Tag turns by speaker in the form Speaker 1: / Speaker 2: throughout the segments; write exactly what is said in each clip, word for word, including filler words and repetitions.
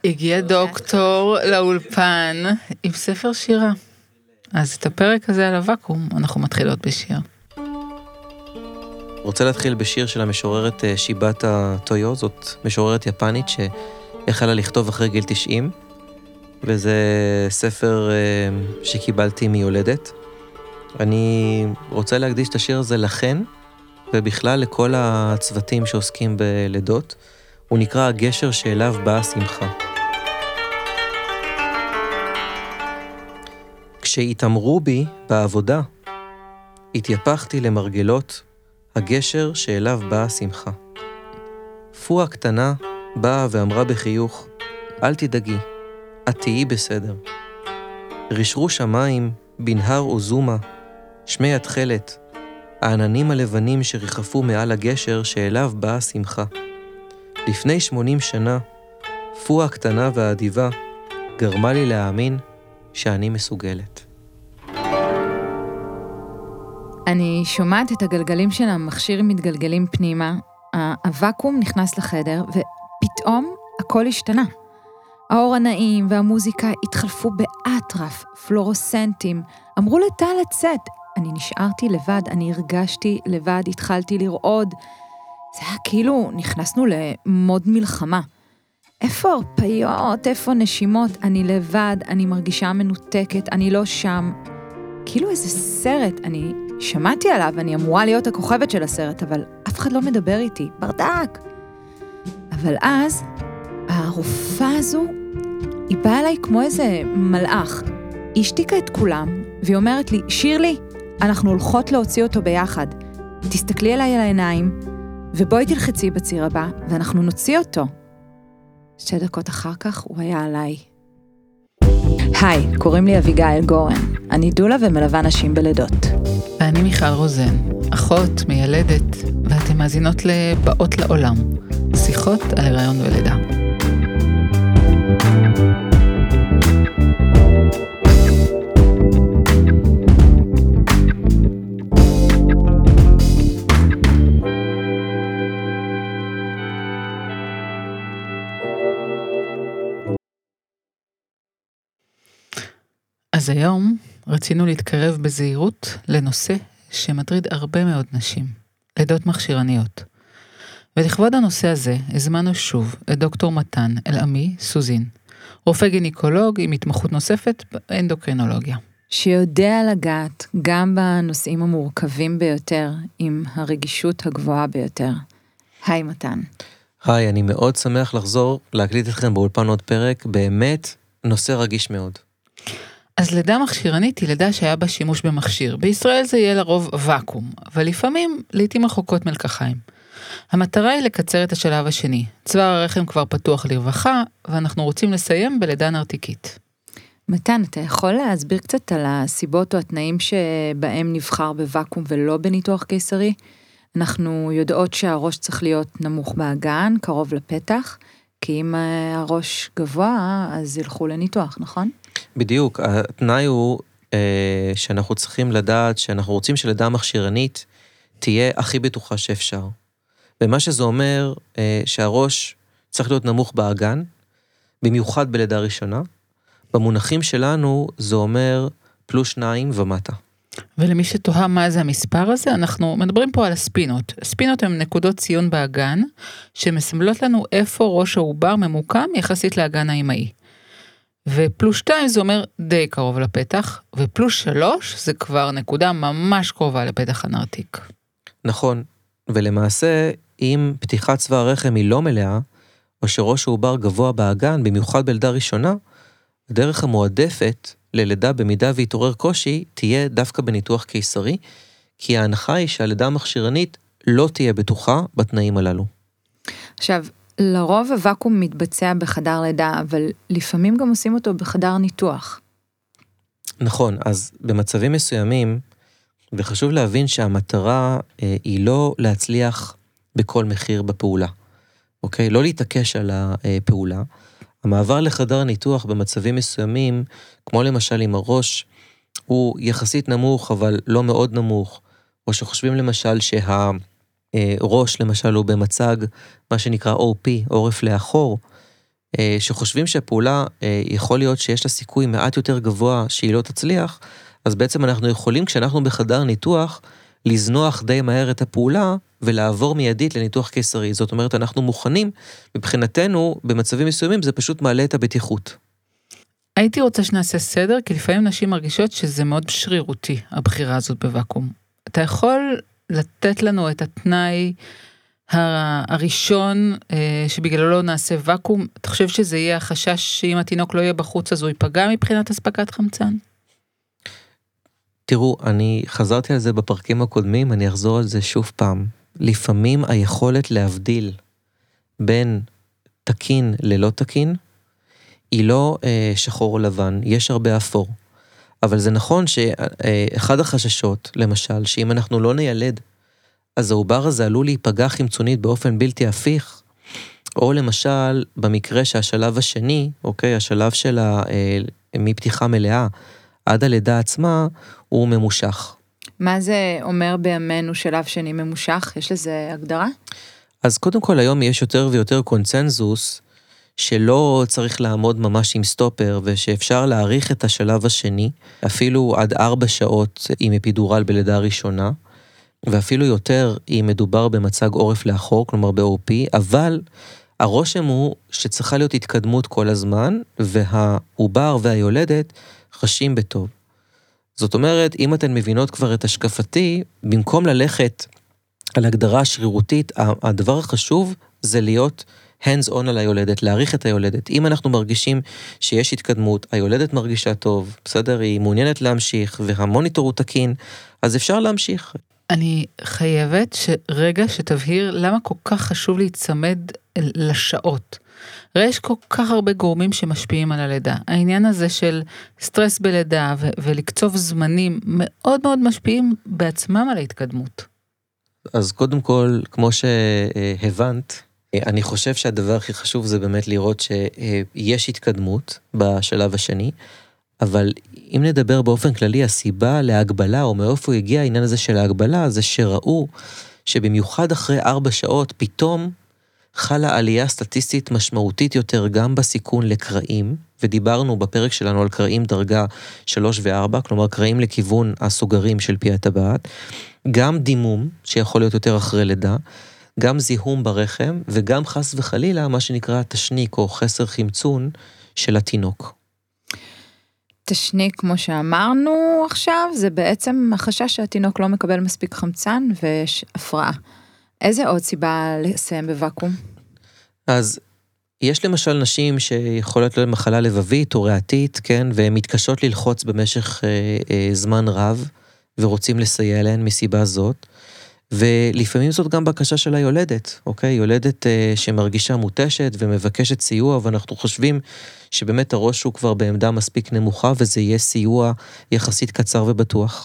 Speaker 1: הגיע דוקטור לאולפן עם ספר שירה. אז את הפרק הזה על הוואקום, אנחנו מתחילות בשיר.
Speaker 2: רוצה להתחיל בשיר של המשוררת שיבאטה טויו, זאת משוררת יפנית שהחלה לכתוב אחרי גיל תשעים, וזה ספר שקיבלתי מיולדת. אני רוצה להקדיש את השיר הזה לכן, ובכלל לכל הצוותים שעוסקים בלידות. הוא נקרא הגשר שאליו באה שמחה. כשהתאמרו בי בעבודה, התייפחתי למרגלות הגשר שאליו באה שמחה. פואה קטנה באה ואמרה בחיוך, אל תדאגי, את תהיי בסדר. רשרו שמיים, בנהר וזומה, שמי התחלת, העננים הלבנים שריחפו מעל הגשר שאליו באה שמחה. לפני שמונים שנה, פואה הקטנה והאדיבה גרמה לי להאמין שאני מסוגלת.
Speaker 3: אני שומעת את הגלגלים של המכשיר מתגלגלים פנימה, הוואקום נכנס לחדר, ופתאום הכל השתנה. האור הנעים והמוזיקה התחלפו באטרף, פלורוסנטים, אמרו לטל לצאת. אני נשארתי לבד, אני הרגשתי לבד, התחלתי לרעוד. זה היה כאילו נכנסנו למוד מלחמה. איפה הרפיות, איפה נשימות, אני לבד, אני מרגישה מנותקת, אני לא שם. כאילו איזה סרט, אני שמעתי עליו, אני אמורה להיות הכוכבת של הסרט, אבל אף אחד לא מדבר איתי, ברדק. אבל אז, הרופאה הזו, היא באה אליי כמו איזה מלאך. היא השתיקה את כולם, והיא אומרת לי, שירלי, אנחנו הולכות להוציא אותו ביחד. תסתכלי אליי על העיניים, ובואי תלחצי בציר הבא, ואנחנו נוציא אותו. שתי דקות אחר כך הוא היה עליי. היי, קוראים לי אביגיל גורן. אני דולה ומלווה נשים בלידות.
Speaker 1: ואני מיכל רוזן, אחות, מיילדת, ואתם מאזינות לבאות לעולם. שיחות על הריון ולידה. אז היום רצינו להתקרב בזהירות לנושא שמטריד הרבה מאוד נשים, לידות מכשירניות. ולכבוד הנושא הזה הזמנו שוב את דוקטור מתן אלעמי סוזין, רופא גינקולוג עם התמחות נוספת באנדוקרינולוגיה.
Speaker 3: שיודע לגעת גם בנושאים המורכבים ביותר, עם הרגישות הגבוהה ביותר. היי מתן.
Speaker 2: היי, אני מאוד שמח לחזור להקליט אתכם באולפן עוד פרק, באמת נושא רגיש מאוד.
Speaker 1: אז לידה מכשירנית היא לידה שהיה בה שימוש במכשיר. בישראל זה יהיה לרוב ואקום, אבל לפעמים, לעתים רחוקות מלקחיים. המטרה היא לקצר את השלב השני. צוואר הרחם כבר פתוח לרווחה, ואנחנו רוצים לסיים בלידה נרתיקית.
Speaker 3: מתן, אתה יכול להסביר קצת על הסיבות או התנאים שבהם נבחר בוואקום ולא בניתוח קיסרי? אנחנו יודעות שהראש צריך להיות נמוך באגן, קרוב לפתח, כי אם הראש גבוה, אז ילכו לניתוח, נכון?
Speaker 2: בדיוק, התנאי הוא אה, שאנחנו צריכים לדעת, שאנחנו רוצים שלידה מכשירנית תהיה הכי בטוחה שאפשר. ומה שזה אומר, אה, שהראש צריך להיות נמוך באגן, במיוחד בלידה ראשונה. במונחים שלנו זה אומר פלוס שניים ומטה.
Speaker 1: ולמי שתוהה מה זה המספר הזה, אנחנו מדברים פה על הספינות. הספינות הן נקודות ציון באגן, שמסמלות לנו איפה ראש העובר ממוקם יחסית לאגן האמאי. ופלוס שתיים זה אומר די קרוב לפתח, ופלוס שלוש זה כבר נקודה ממש קרובה לפתח הנרתיק.
Speaker 2: נכון, ולמעשה אם פתיחת צוואר הרחם היא לא מלאה, או שראש העובר גבוה באגן, במיוחד בלידה ראשונה, הדרך המועדפת ללידה במידה והתעורר קושי, תהיה דווקא בניתוח קיסרי, כי ההנחה היא שהלידה המכשירנית לא תהיה בטוחה בתנאים הללו.
Speaker 3: עכשיו, לרוב הוואקום מתבצע בחדר לידה, אבל לפעמים גם עושים אותו בחדר ניתוח.
Speaker 2: נכון, אז במצבים מסוימים, וחשוב להבין שהמטרה אה, היא לא להצליח בכל מחיר בפעולה, אוקיי? לא להתעקש על הפעולה. המעבר לחדר ניתוח במצבים מסוימים, כמו למשל עם הראש, הוא יחסית נמוך, אבל לא מאוד נמוך, או שחושבים למשל שהראש למשל הוא במצג, מה שנקרא או פי, עורף לאחור, שחושבים שהפעולה יכול להיות שיש לה סיכוי מעט יותר גבוה שהיא לא תצליח, אז בעצם אנחנו יכולים, כשאנחנו בחדר ניתוח, לזנוח די מהר את הפעולה, ולעבור מיידית לניתוח קיסרי. זאת אומרת, אנחנו מוכנים, מבחינתנו, במצבים מסוימים, זה פשוט מעלה את הבטיחות.
Speaker 1: הייתי רוצה שנעשה סדר, כי לפעמים נשים מרגישות שזה מאוד שרירותי, הבחירה הזאת בוואקום. אתה יכול לתת לנו את התנאי הראשון, שבגללו לא נעשה וואקום, אתה חושב שזה יהיה החשש שאם התינוק לא יהיה בחוץ, אז הוא ייפגע מבחינת הספקת חמצן?
Speaker 2: תראו, אני חזרתי על זה בפרקים הקודמים, אני אחזור על זה שוב פעם. לפעמים היכולת להבדיל בין תקין ללא תקין, היא לא אה, שחור או לבן, יש הרבה אפור. אבל זה נכון שאחד החששות, למשל, שאם אנחנו לא נילד, אז העובר הזה עלול להיפגע חמצונית באופן בלתי הפיך, או למשל, במקרה שהשלב השני, אוקיי, השלב של ה, אה, מפתיחה מלאה, עד הלידה עצמה, הוא ממושך.
Speaker 3: מה זה אומר בימינו שלב שני ממושך? יש לזה הגדרה?
Speaker 2: אז קודם כל היום יש יותר ויותר קונצנזוס, שלא צריך לעמוד ממש עם סטופר, ושאפשר להאריך את השלב השני, אפילו עד ארבע שעות עם אפידורל בלידה ראשונה, ואפילו יותר אם מדובר במצג עורף לאחור, כלומר ב-או פי, אבל הרושם הוא שצריכה להיות התקדמות כל הזמן, והעובר והיולדת חשים בטוב. זאת אומרת, אם אתן מבינות כבר את השקפתי, במקום ללכת על הגדרה שרירותית, הדבר החשוב זה להיות hands on על היולדת, להעריך את היולדת. אם אנחנו מרגישים שיש התקדמות, היולדת מרגישה טוב, בסדר, היא מעוניינת להמשיך, והמוניטור הוא תקין, אז אפשר להמשיך.
Speaker 1: אני חייבת שרגע שתבהיר למה כל כך חשוב להצמד לשעות. הרי יש כל כך הרבה גורמים שמשפיעים על הלידה. העניין הזה של סטרס בלידה ו- ולקצוב זמנים מאוד מאוד משפיעים בעצמם על ההתקדמות.
Speaker 2: אז קודם כל, כמו שהבנת, אני חושב שהדבר הכי חשוב זה באמת לראות שיש התקדמות בשלב השני, אבל אם נדבר באופן כללי, הסיבה להגבלה, או מאיפה הגיע העניין הזה של ההגבלה, זה שראו שבמיוחד אחרי ארבע שעות, פתאום חלה עלייה סטטיסטית משמעותית יותר גם בסיכון לקרעים, ודיברנו בפרק שלנו על קרעים דרגה שלוש וארבע, כלומר קרעים לכיוון הסוגרים של פי הטבעת, גם דימום, שיכול להיות יותר אחרי לידה, גם זיהום ברחם, וגם חס וחלילה, מה שנקרא תשניק או חסר חמצון של התינוק.
Speaker 3: תשניק, כמו שאמרנו עכשיו, זה בעצם החשש שהתינוק לא מקבל מספיק חמצן ויש הפרעה. איזה עוד סיבה לסיים בוואקום?
Speaker 2: אז יש למשל נשים שיכולות להיות מחלה לבבית או ריאתית, כן, והן מתקשות ללחוץ במשך אה, אה, זמן רב, ורוצים לסייע להן מסיבה זאת, ולפעמים זאת גם בקשה של היולדת, אוקיי? יולדת אה, שמרגישה מוטשת ומבקשת סיוע, ואנחנו חושבים שבאמת הראש הוא כבר בעמדה מספיק נמוכה, וזה יהיה סיוע יחסית קצר ובטוח.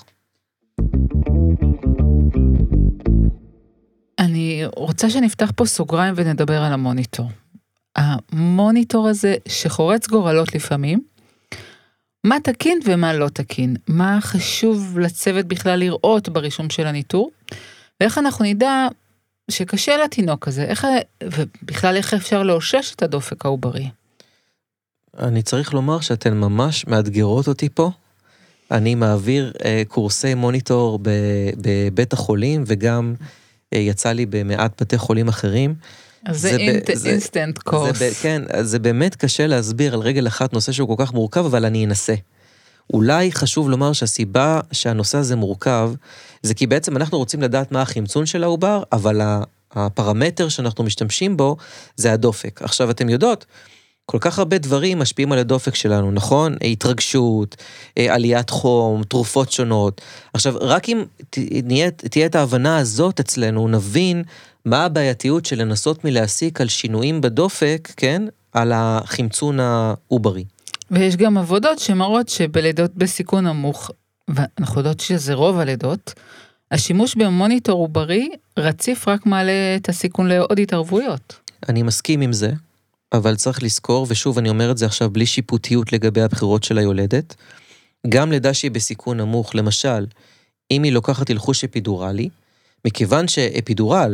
Speaker 1: אני רוצה שנפתח פה סוגריים ונדבר על המוניטור. המוניטור הזה שחורץ גורלות לפעמים, מה תקין ומה לא תקין, מה חשוב לצוות בכלל לראות ברישום של הניטור, ואיך אנחנו נדע שקשה לתינוק הזה, איך, ובכלל איך אפשר לאושש את הדופק העוברי.
Speaker 2: אני צריך לומר שאתן ממש מאתגרות אותי פה, אני מעביר אה, קורסי מוניטור בבית החולים, וגם אה, יצא לי במעט בתי חולים אחרים.
Speaker 1: אז זה, זה אינסטנט קורס.
Speaker 2: זה, כן, זה באמת קשה להסביר על רגל אחת נושא שהוא כל כך מורכב, אבל אני אנסה. אולי חשוב לומר שהסיבה שהנושא הזה מורכב, זה כי בעצם אנחנו רוצים לדעת מה החמצון של העובר, אבל הפרמטר שאנחנו משתמשים בו זה הדופק. עכשיו אתם יודעות, כל כך הרבה דברים משפיעים על הדופק שלנו, נכון? התרגשות, עליית חום, תרופות שונות. עכשיו, רק אם תהיה, תהיה את ההבנה הזאת אצלנו, נבין מה הבעייתיות של לנסות מלהסיק על שינויים בדופק, כן? על החמצון העוברי.
Speaker 1: ויש גם עבודות שמראות שבלידות בסיכון נמוך, ואנחנו יודעות שזה רוב הלידות, השימוש במוניטור עוברי רציף רק מעלה את הסיכון לעוד התערבויות.
Speaker 2: אני מסכים עם זה, אבל צריך לזכור, ושוב אני אומר את זה עכשיו בלי שיפוטיות לגבי הבחירות של היולדת, גם לידה שהיא בסיכון נמוך, למשל, אם היא לוקחת הלחוש אפידורלי, מכיוון שאפידורל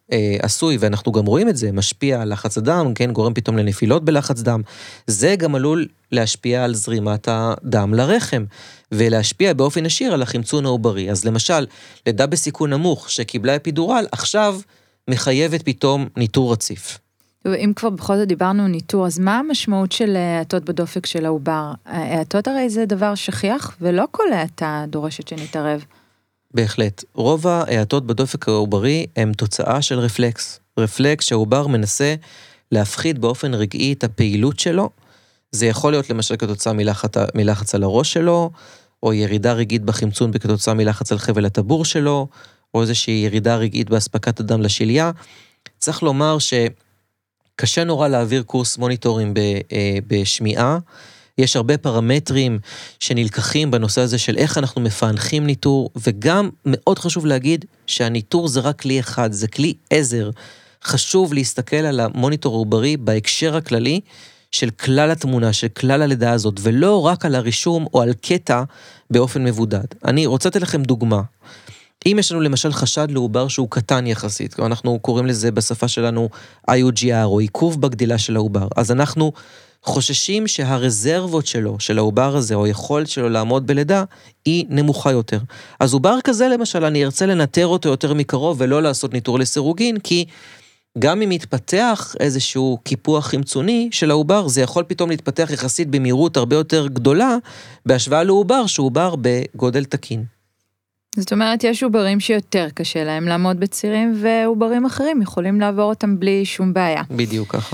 Speaker 2: אה, עשוי, ואנחנו גם רואים את זה, משפיע על לחץ הדם, כן, גורם פתאום לנפילות בלחץ דם, זה גם עלול להשפיע על זרימת הדם לרחם, ולהשפיע באופן ישיר על החמצון העוברי. אז למשל, לידה בסיכון נמוך שקיבלה אפידורל, עכשיו מחייבת פתאום ניטור רציף.
Speaker 3: אם כבר בכל זאת דיברנו ניטור, אז מה המשמעות של האטות בדופק של העובר? האטות הרי זה דבר שכיח, ולא כל האטה דורשת שנתערב.
Speaker 2: בהחלט. רוב ההאטות בדופק העוברי הם תוצאה של רפלקס. רפלקס שהעובר מנסה להפחית באופן רגעי את הפעילות שלו. זה יכול להיות למשל כתוצאה מלחץ, מלחץ על הראש שלו, או ירידה רגעית בחמצון כתוצאה מלחץ על חבל הטבור שלו, או איזושהי ירידה רגעית בהספקת הדם לשליה. צריך לומר שקשה נורא להעביר קורס מוניטורים בשמיעה, יש הרבה פרמטרים שנלקחים בנושא הזה של איך אנחנו מפענחים ניטור, וגם מאוד חשוב להגיד שהניטור זה רק כלי אחד, זה כלי עזר. חשוב להסתכל על המוניטור העוברי בהקשר הכללי של כלל התמונה, של כלל הלידה הזאת, ולא רק על הרישום או על קטע באופן מבודד. אני רוצה לתת לכם דוגמה. אם יש לנו למשל חשד לעובר שהוא קטן יחסית, אנחנו קוראים לזה בשפה שלנו איי יו ג'י אר, או עיכוב בגדילה של העובר, אז אנחנו חוששים שהרזרבות שלו, של העובר הזה, או היכולת שלו לעמוד בלידה, היא נמוכה יותר. אז עובר כזה למשל, אני ארצה לנטר אותו יותר מקרוב, ולא לעשות ניטור לסירוגין, כי גם אם יתפתח איזשהו קיפוח חמצוני של העובר, זה יכול פתאום להתפתח יחסית במהירות הרבה יותר גדולה, בהשוואה לעובר שעובר בגודל תקין.
Speaker 3: זאת אומרת, יש עוברים שיותר קשה להם לעמוד בצירים, ועוברים אחרים יכולים לעבור אותם בלי שום בעיה.
Speaker 2: בדיוק ככה.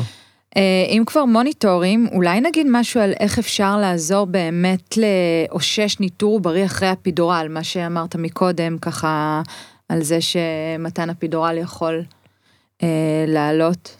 Speaker 3: אם כבר מוניטורים, אולי נגיד משהו על איך אפשר לעזור באמת לאושש ניטור עוברי אחרי הפידורל, מה שאמרת מקודם, ככה על זה שמתן הפידורל יכול אה, לעלות.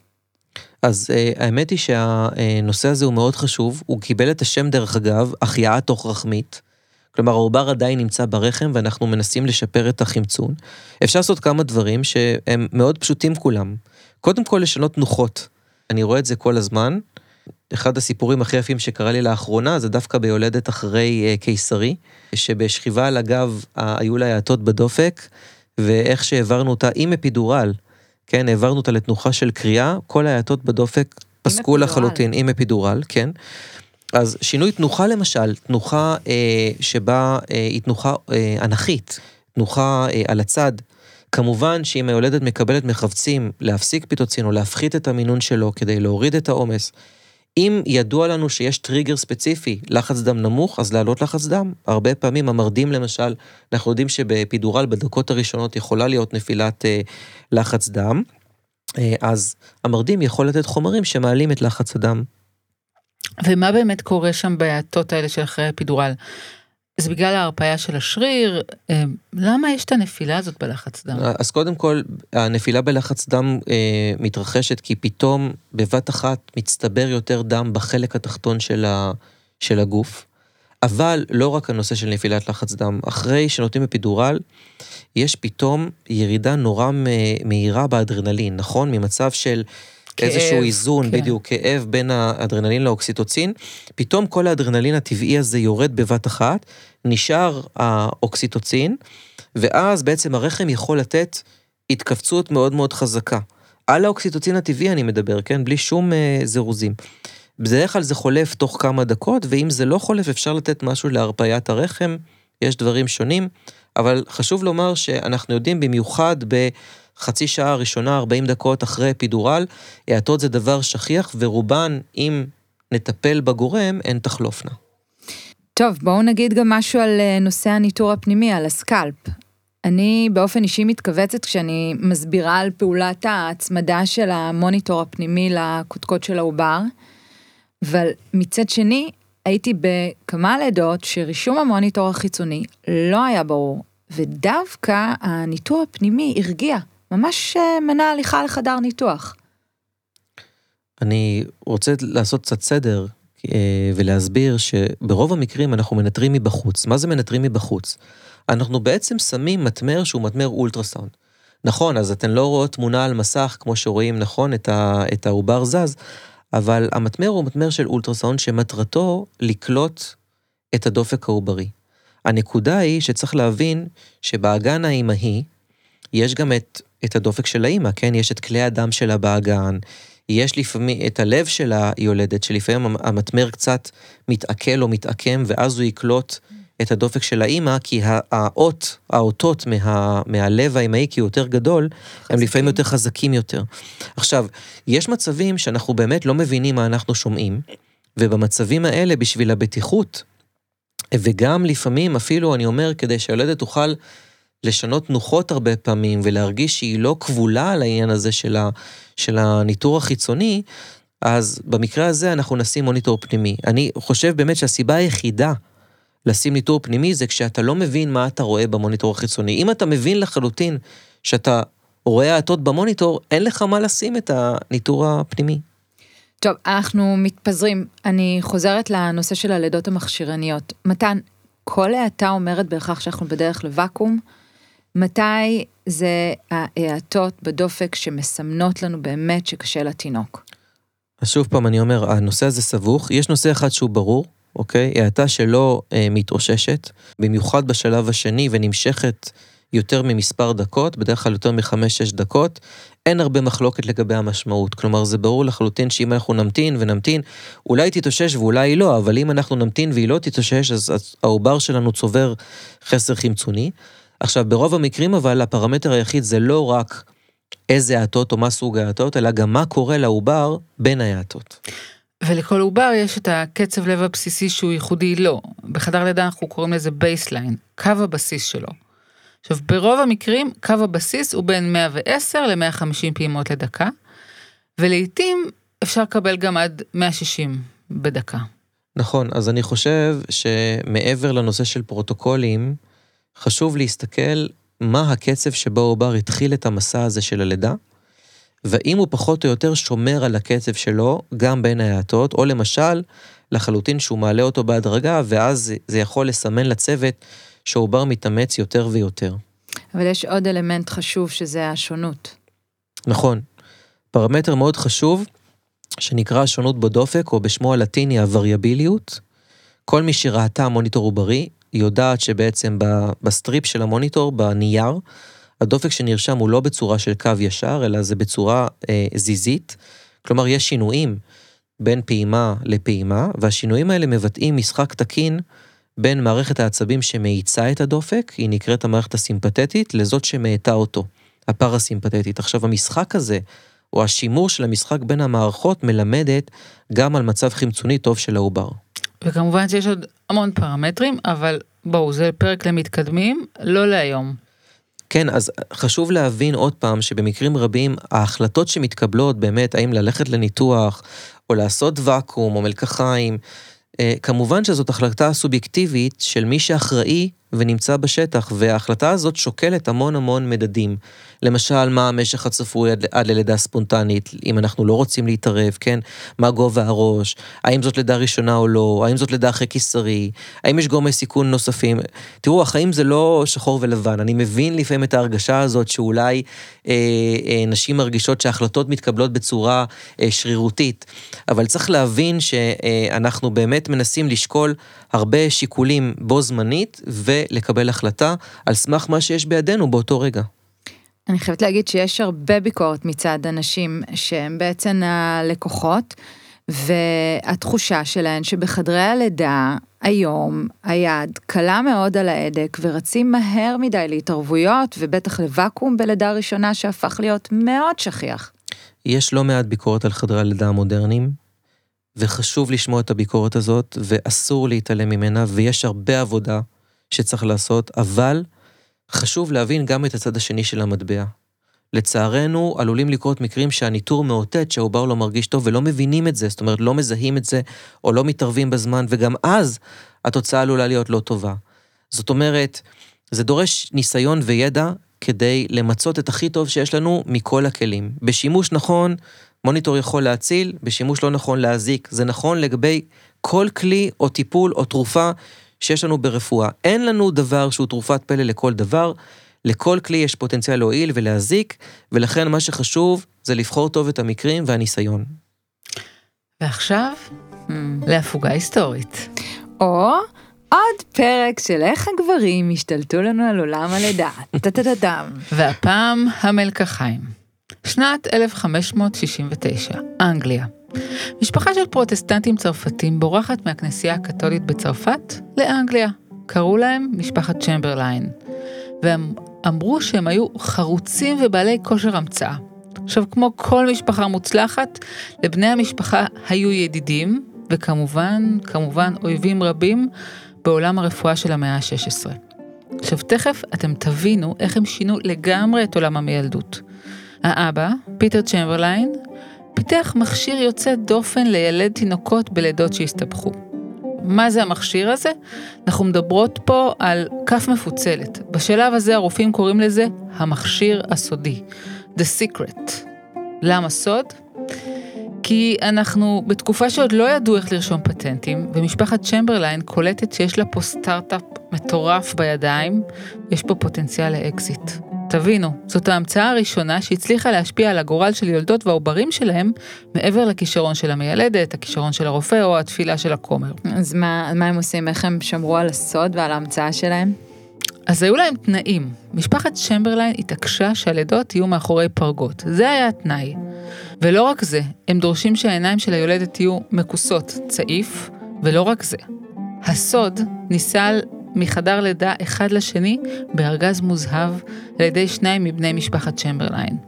Speaker 2: אז אה, האמת היא שהנושא הזה הוא מאוד חשוב, הוא קיבל את השם דרך אגב, החייאה תוך רחמית, כלומר העובר עדיין נמצא ברחם ואנחנו מנסים לשפר את החמצון. אפשר לעשות כמה דברים שהם מאוד פשוטים כולם. קודם כל לשנות תנוחות. אני רואה את זה כל הזמן. אחד הסיפורים הכי יפים שקרה לי לאחרונה, זה דווקא ביולדת אחרי קיסרי, שבשכיבה על הגב היו לה האטות בדופק, ואיך שהעברנו אותה עם אפידורל, כן, העברנו אותה לתנוחה של קריאה, כל האטות בדופק פסקו לחלוטין עם אפידורל, כן. אז שינוי תנוחה למשל, תנוחה אה, שבה אה, היא תנוחה אה, אנכית, תנוחה אה, על הצד, כמובן שאם היולדת מקבלת מחבצים להפסיק פיטוצין או להפחית את המינון שלו כדי להוריד את העומס, אם ידוע לנו שיש טריגר ספציפי, לחץ דם נמוך, אז להעלות לחץ דם. הרבה פעמים המרדים למשל, אנחנו יודעים שבפידורל בדקות הראשונות יכולה להיות נפילת אה, לחץ דם, אה, אז המרדים יכול לתת חומרים שמעלים את לחץ הדם.
Speaker 1: ומה באמת קורה שם בהאטות האלה של אחרי הפידורל? זה בגלל ההרפאיה של השריר, למה יש את הנפילה הזאת בלחץ דם?
Speaker 2: אז קודם כל, הנפילה בלחץ דם אה, מתרחשת כי פתאום בבת אחת מצטבר יותר דם בחלק התחתון של, ה, של הגוף, אבל לא רק הנושא של נפילת לחץ דם, אחרי שנותנים אפידורל, יש פתאום ירידה נורא מהירה באדרנלין, נכון? ממצב של כאב, איזשהו איזון, כן. בדיוק, כאב בין האדרנלין לאוקסיטוצין, פתאום כל האדרנלין הטבעי הזה יורד בבת אחת, נשאר האוקסיטוצין, ואז בעצם הרחם יכול לתת התכווצות מאוד מאוד חזקה. על האוקסיטוצין הטבעי אני מדבר, כן? בלי שום אה, זירוזים. בדרך כלל זה חולף תוך כמה דקות, ואם זה לא חולף אפשר לתת משהו להרפאיית הרחם, יש דברים שונים, אבל חשוב לומר שאנחנו יודעים במיוחד ב... חצי שעה ראשונה, ארבעים דקות אחרי אפידורל, האטות זה דבר שכיח, ורובן, אם נטפל בגורם, הן תחלופנה.
Speaker 3: טוב, בואו נגיד גם משהו על נושא הניטור הפנימי, על הסקלפ. אני באופן אישי מתכווצת כשאני מסבירה על פעולת ההצמדה של המוניטור הפנימי לקודקוד של העובר, אבל מצד שני, הייתי בכמה לידות שרישום המוניטור החיצוני לא היה ברור, ודווקא הניטור הפנימי הרגיע. ממש מנע הליכה לחדר ניתוח.
Speaker 2: אני רוצה לעשות קצת סדר ולהסביר שברוב המקרים אנחנו מנטרים מבחוץ. מה זה מנטרים מבחוץ? אנחנו בעצם שמים מתמר שהוא מתמר אולטרסאונד. נכון, אז אתן לא רואות תמונה על מסך כמו שרואים, נכון, את, ה, את העובר זז, אבל המתמר הוא מתמר של אולטרסאונד שמטרתו לקלוט את הדופק העוברי. הנקודה היא שצריך להבין שבאגן האימהי יש גם את את הדופק של האמא, כן? יש את כלי הדם שלה באגן, יש לפעמים את הלב של היולדת, שלפעמים המתמר קצת מתעכל או מתעקם, ואז הוא יקלוט את הדופק של האמא, כי האות, האותות מה, מהלב האמאי, כי הוא יותר גדול, חזקים. הם לפעמים יותר חזקים יותר. עכשיו, יש מצבים שאנחנו באמת לא מבינים מה אנחנו שומעים, ובמצבים האלה, בשביל הבטיחות, וגם לפעמים אפילו, אני אומר, כדי שהילדת תוכל לשנות נוחות הרבה פעמים, ולהרגיש שהיא לא כבולה על העניין הזה של, ה, של הניטור החיצוני, אז במקרה הזה אנחנו נשים מוניטור פנימי. אני חושב באמת שהסיבה היחידה לשים ניטור פנימי זה כשאתה לא מבין מה אתה רואה במוניטור החיצוני. אם אתה מבין לחלוטין שאתה רואה האטות במוניטור, אין לך מה לשים את הניטור הפנימי.
Speaker 3: טוב, אנחנו מתפזרים. אני חוזרת לנושא של הלידות המכשירניות. מתן, כל האטה אומרת בהכרח שאנחנו בדרך לוואקום. מתי זה ההאטות בדופק שמסמנות לנו באמת שקשה לתינוק?
Speaker 2: אז שוב פעם אני אומר, הנושא הזה סבוך. יש נושא אחד שהוא ברור, אוקיי? האטה שלא אה, מתאוששת, במיוחד בשלב השני ונמשכת יותר ממספר דקות, בדרך כלל יותר מחמש, שש דקות, אין הרבה מחלוקת לגבי המשמעות. כלומר, זה ברור לחלוטין שאם אנחנו נמתין ונמתין, אולי תתאושש ואולי לא, אבל אם אנחנו נמתין והיא לא תתאושש, אז, אז העובר שלנו צובר חסר חמצוני. עכשיו, ברוב המקרים אבל, הפרמטר היחיד זה לא רק איזה האטות או מה סוג האטות, אלא גם מה קורה לעובר בין האטות.
Speaker 1: ולכל עובר יש את הקצב לב הבסיסי שהוא ייחודי לו. בחדר לידה אנחנו קוראים לזה בייסליין, קו הבסיס שלו. עכשיו, ברוב המקרים, קו הבסיס הוא בין מאה ועשר ל-מאה וחמישים פעימות לדקה, ולעיתים אפשר לקבל גם עד מאה ושישים בדקה.
Speaker 2: נכון, אז אני חושב שמעבר לנושא של פרוטוקולים, חשוב להסתכל מה הקצב שבו העובר התחיל את המסע הזה של הלידה, ואם הוא פחות או יותר שומר על הקצב שלו, גם בין ההאטות, או למשל, לחלוטין שהוא מעלה אותו בהדרגה, ואז זה יכול לסמן לצוות שהעובר מתאמץ יותר ויותר.
Speaker 3: אבל יש עוד אלמנט חשוב שזה השונות.
Speaker 2: נכון. פרמטר מאוד חשוב, שנקרא השונות בדופק, או בשמו הלטיני הווריאביליות. כל מי שראתה מוניטור עוברי, יודעת שבעצם בסטריפ של המוניטור, בנייר, הדופק שנרשם הוא לא בצורה של קו ישר, אלא זה בצורה אה, זיזית. כלומר, יש שינויים בין פעימה לפעימה, והשינויים האלה מבטאים משחק תקין בין מערכת העצבים שמאיצה את הדופק, היא נקראת המערכת הסימפתטית, לזאת שמאטה אותו, הפרסימפתטית. עכשיו, המשחק הזה, או השימור של המשחק בין המערכות, מלמדת גם על מצב חמצוני טוב של העובר.
Speaker 1: וכמובן שיש עוד המון פרמטרים, אבל בואו, זה פרק למתקדמים, לא להיום.
Speaker 2: כן, אז חשוב להבין עוד פעם שבמקרים רבים ההחלטות שמתקבלות באמת, האם ללכת לניתוח או לעשות ואקום או מלקחיים, כמובן שזאת החלטה סובייקטיבית של מי שאחראי ונמצא בשטח, וההחלטה הזאת שוקלת המון המון מדדים. למשל, מה המשך הצפוי עד, עד ללידה ספונטנית, אם אנחנו לא רוצים להתערב, כן? מה גובה הראש, האם זאת לידה ראשונה או לא, האם זאת לידה אחרי קיסרי, האם יש גורמי סיכון נוספים. תראו, החיים זה לא שחור ולבן, אני מבין לפעמים את ההרגשה הזאת שאולי אה, אה, נשים מרגישות שההחלטות מתקבלות בצורה אה, שרירותית, אבל צריך להבין שאנחנו באמת מנסים לשקול הרבה שיקולים בו זמנית, ולקבל החלטה על סמך מה שיש בידינו באותו רגע.
Speaker 3: אני חייבת להגיד שיש הרבה ביקורת מצד אנשים שהם בעצם הלקוחות, והתחושה שלהן שבחדרי הלידה היום היד קלה מאוד על ההדק, ורצים מהר מדי להתערבויות, ובטח לוואקום בלידה ראשונה שהפך להיות מאוד שכיח.
Speaker 2: יש לא מעט ביקורת על חדרי הלידה המודרניים, וחשוב לשמוע את הביקורת הזאת, ואסור להתעלם ממנה, ויש הרבה עבודה שצריך לעשות, אבל חשוב להבין גם את הצד השני של המטבע. לצערנו, עלולים לקרות מקרים שהניטור מאותת שהעובר לא מרגיש טוב, ולא מבינים את זה, זאת אומרת, לא מזהים את זה, או לא מתערבים בזמן, וגם אז התוצאה עלולה להיות לא טובה. זאת אומרת, זה דורש ניסיון וידע, כדי למצות את הכי טוב שיש לנו מכל הכלים. בשימוש נכון, מוניטור יכול להציל, בשימוש לא נכון להזיק. זה נכון לגבי כל כלי או טיפול או תרופה שיש לנו ברפואה. אין לנו דבר שהוא תרופת פלא לכל דבר, לכל כלי יש פוטנציאל להועיל ולהזיק, ולכן מה שחשוב זה לבחור טוב את המקרים והניסיון.
Speaker 1: ועכשיו, להפוגה היסטורית.
Speaker 3: או עוד פרק של איך הגברים השתלטו לנו על עולם הלידה. טטטטם.
Speaker 1: והפעם המלקחיים. שנת אלף חמש מאות שישים ותשע, אנגליה. משפחה של פרוטסטנטים צרפתים בורחת מהכנסייה הקתולית בצרפת לאנגליה. קראו להם משפחת צ'מברליין. והם אמרו שהם היו חרוצים ובעלי כושר המצאה. עכשיו, כמו כל משפחה מוצלחת, לבני המשפחה היו ידידים, וכמובן, כמובן, אויבים רבים בעולם הרפואה של המאה ה-שש עשרה. עכשיו, תכף אתם תבינו איך הם שינו לגמרי את עולם המילדות. האבא, פיטר צ'מברליין, פיתח מכשיר יוצא דופן לילד תינוקות בלידות שהסתבכו. מה זה המכשיר הזה? אנחנו מדברות פה על כף מפוצלת. בשלב הזה הרופאים קוראים לזה המכשיר הסודי. The Secret. למה סוד? כי אנחנו בתקופה שעוד לא ידעו איך לרשום פטנטים, ומשפחת צ'מברליין קולטת שיש לה פה סטארט-אפ מטורף בידיים, יש פה פוטנציאל לאקזיט. תבינו, זאת ההמצאה הראשונה שהצליחה להשפיע על הגורל של יולדות והעוברים שלהם, מעבר לכישרון של המיילדת, הכישרון של הרופא או התפילה של הכומר.
Speaker 3: אז מה, מה הם עושים? איך הם שמרו על הסוד ועל ההמצאה שלהם?
Speaker 1: אז היו להם תנאים. משפחת צ'מברליין התעקשה שהלידות יהיו מאחורי פרגות. זה היה התנאי. ולא רק זה, הם דורשים שהעיניים של היולדת יהיו מקוסות צעיף, ולא רק זה. הסוד ניסל מחדר לידה אחד לשני בארגז מוזהב על ידי שניים מבני משפחת צ'מברליין.